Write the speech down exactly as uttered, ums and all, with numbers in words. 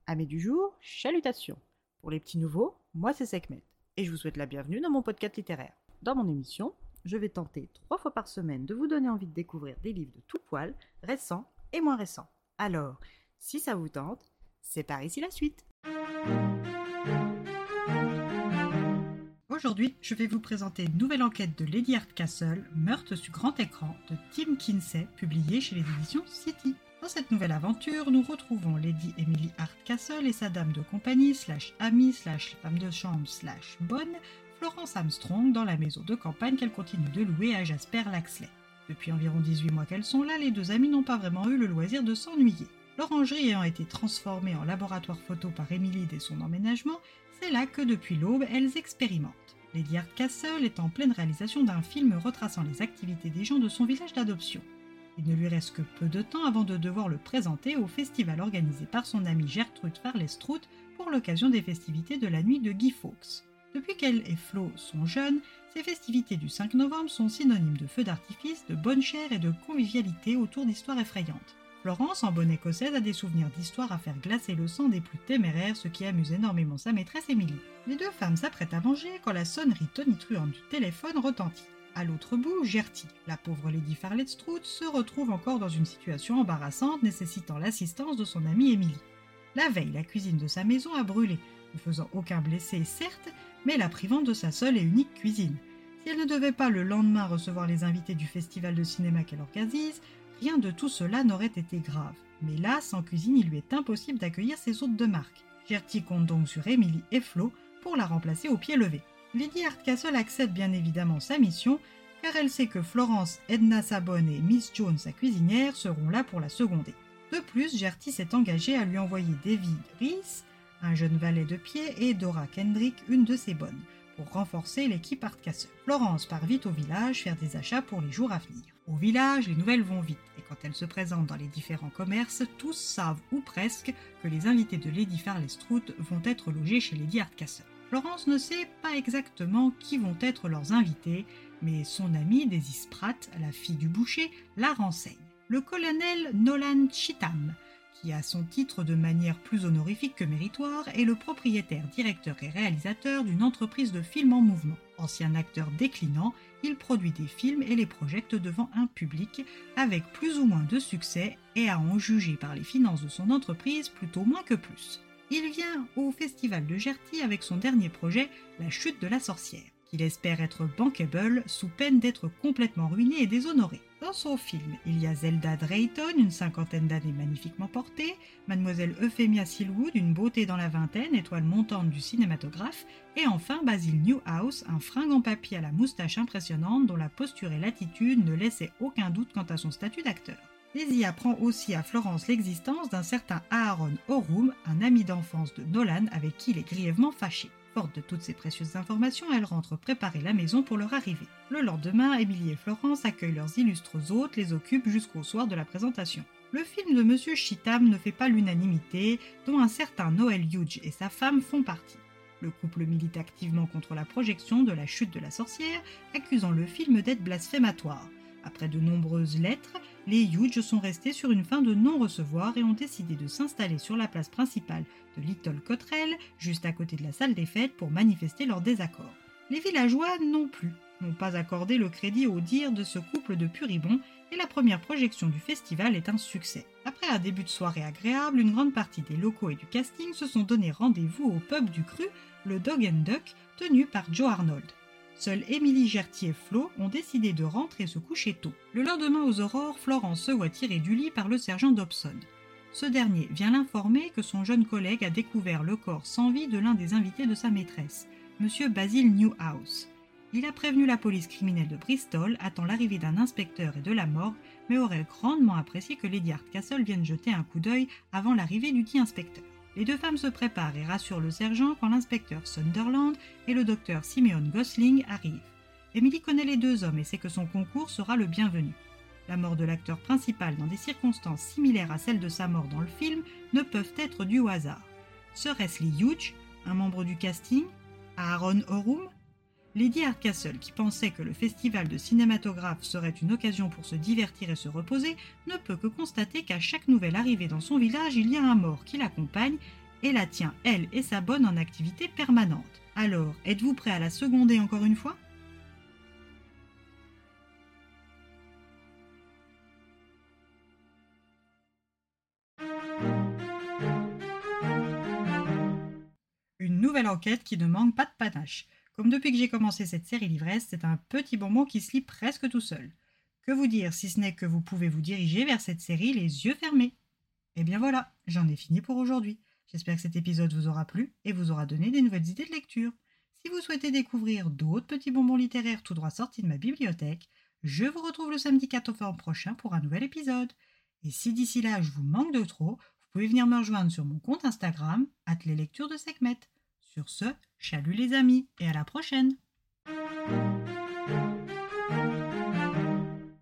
Amis du jour, chalutations. Pour les petits nouveaux, moi c'est Sekhmet et je vous souhaite la bienvenue dans mon podcast littéraire. Dans mon émission, je vais tenter trois fois par semaine de vous donner envie de découvrir des livres de tout poil, récents et moins récents. Alors, si ça vous tente, c'est par ici la suite. Aujourd'hui, je vais vous présenter une nouvelle enquête de Lady Hardcastle, Meurtre sur grand écran, de Tim Kinsey, publiée chez les éditions City. Dans cette nouvelle aventure, nous retrouvons Lady Emily Hardcastle et sa dame de compagnie, slash amie, slash femme de chambre, slash bonne, Florence Armstrong, dans la maison de campagne qu'elle continue de louer à Jasper Laxley. Depuis environ dix-huit mois qu'elles sont là, les deux amies n'ont pas vraiment eu le loisir de s'ennuyer. L'orangerie ayant été transformée en laboratoire photo par Emily dès son emménagement, c'est là que depuis l'aube, elles expérimentent. Lady Hardcastle est en pleine réalisation d'un film retraçant les activités des gens de son village d'adoption. Il ne lui reste que peu de temps avant de devoir le présenter au festival organisé par son amie Gertrude Farley-Strout pour l'occasion des festivités de la nuit de Guy Fawkes. Depuis qu'elle et Flo sont jeunes, ces festivités du cinq novembre sont synonymes de feux d'artifice, de bonne chère et de convivialité autour d'histoires effrayantes. Florence, en bonne écossaise, a des souvenirs d'histoires à faire glacer le sang des plus téméraires, ce qui amuse énormément sa maîtresse Emily. Les deux femmes s'apprêtent à manger quand la sonnerie tonitruante du téléphone retentit. À l'autre bout, Gertie, la pauvre Lady Farley-Strout, se retrouve encore dans une situation embarrassante nécessitant l'assistance de son amie Emily. La veille, la cuisine de sa maison a brûlé, ne faisant aucun blessé certes, mais la privant de sa seule et unique cuisine. Si elle ne devait pas le lendemain recevoir les invités du festival de cinéma qu'elle organise, rien de tout cela n'aurait été grave. Mais là, sans cuisine, il lui est impossible d'accueillir ses hôtes de marque. Gertie compte donc sur Emily et Flo pour la remplacer au pied levé. Lady Hardcastle accepte bien évidemment sa mission, car elle sait que Florence, Edna sa bonne et Miss Jones sa cuisinière seront là pour la seconder. De plus, Gertie s'est engagée à lui envoyer David Reese, un jeune valet de pied, et Dora Kendrick, une de ses bonnes, pour renforcer l'équipe Hardcastle. Florence part vite au village faire des achats pour les jours à venir. Au village, les nouvelles vont vite, et quand elle se présente dans les différents commerces, tous savent, ou presque, que les invités de Lady Farley-Strout vont être logés chez Lady Hardcastle. Florence ne sait pas exactement qui vont être leurs invités, mais son amie Daisy Spratt, la fille du boucher, la renseigne. Le colonel Nolan Cheatham, qui a son titre de manière plus honorifique que méritoire, est le propriétaire, directeur et réalisateur d'une entreprise de films en mouvement. Ancien acteur déclinant, il produit des films et les projette devant un public, avec plus ou moins de succès, et à en juger par les finances de son entreprise, plutôt moins que plus. Il vient au festival de Gertie avec son dernier projet, La chute de la sorcière, qu'il espère être bankable sous peine d'être complètement ruiné et déshonoré. Dans son film, il y a Zelda Drayton, une cinquantaine d'années magnifiquement portée, Mademoiselle Euphemia Silwood, une beauté dans la vingtaine, étoile montante du cinématographe, et enfin Basil Newhouse, un fringant papy à la moustache impressionnante dont la posture et l'attitude ne laissaient aucun doute quant à son statut d'acteur. Daisy apprend aussi à Florence l'existence d'un certain Aaron Orum, un ami d'enfance de Nolan avec qui il est grièvement fâché. Forte de toutes ces précieuses informations, elle rentre préparer la maison pour leur arrivée. Le lendemain, Emily et Florence accueillent leurs illustres hôtes, les occupent jusqu'au soir de la présentation. Le film de Monsieur Cheatham ne fait pas l'unanimité, dont un certain Noel Hughes et sa femme font partie. Le couple milite activement contre la projection de La chute de la sorcière, accusant le film d'être blasphématoire. Après de nombreuses lettres, les Hughes sont restés sur une fin de non-recevoir et ont décidé de s'installer sur la place principale de Little Cotterell, juste à côté de la salle des fêtes, pour manifester leur désaccord. Les villageois non plus n'ont pas accordé le crédit au dire de ce couple de puribonds et la première projection du festival est un succès. Après un début de soirée agréable, une grande partie des locaux et du casting se sont donné rendez-vous au pub du Cru, le Dog and Duck, tenu par Joe Arnold. Seuls Emily, Gertie et Flo ont décidé de rentrer se coucher tôt. Le lendemain aux aurores, Florence se voit tirée du lit par le sergent Dobson. Ce dernier vient l'informer que son jeune collègue a découvert le corps sans vie de l'un des invités de sa maîtresse, Monsieur Basil Newhouse. Il a prévenu la police criminelle de Bristol, attend l'arrivée d'un inspecteur et de la morgue, mais aurait grandement apprécié que Lady Hardcastle vienne jeter un coup d'œil avant l'arrivée du dit inspecteur. Les deux femmes se préparent et rassurent le sergent quand l'inspecteur Sunderland et le docteur Simeon Gosling arrivent. Emily connaît les deux hommes et sait que son concours sera le bienvenu. La mort de l'acteur principal dans des circonstances similaires à celles de sa mort dans le film ne peuvent être dues au hasard. Serait-ce les Hughes, un membre du casting, Aaron Orum? Lady Hardcastle, qui pensait que le festival de cinématographe serait une occasion pour se divertir et se reposer, ne peut que constater qu'à chaque nouvelle arrivée dans son village, il y a un mort qui l'accompagne et la tient, elle et sa bonne, en activité permanente. Alors, êtes-vous prêt à la seconder encore une fois ? Une nouvelle enquête qui ne manque pas de panache. Comme depuis que j'ai commencé cette série Livresse, c'est un petit bonbon qui se lit presque tout seul. Que vous dire si ce n'est que vous pouvez vous diriger vers cette série les yeux fermés. Et bien voilà, j'en ai fini pour aujourd'hui. J'espère que cet épisode vous aura plu et vous aura donné des nouvelles idées de lecture. Si vous souhaitez découvrir d'autres petits bonbons littéraires tout droit sortis de ma bibliothèque, je vous retrouve le samedi quatorze novembre prochain pour un nouvel épisode. Et si d'ici là je vous manque de trop, vous pouvez venir me rejoindre sur mon compte Instagram, arobase les lectures de Sekhmet. Sur ce, chalut les amis et à la prochaine!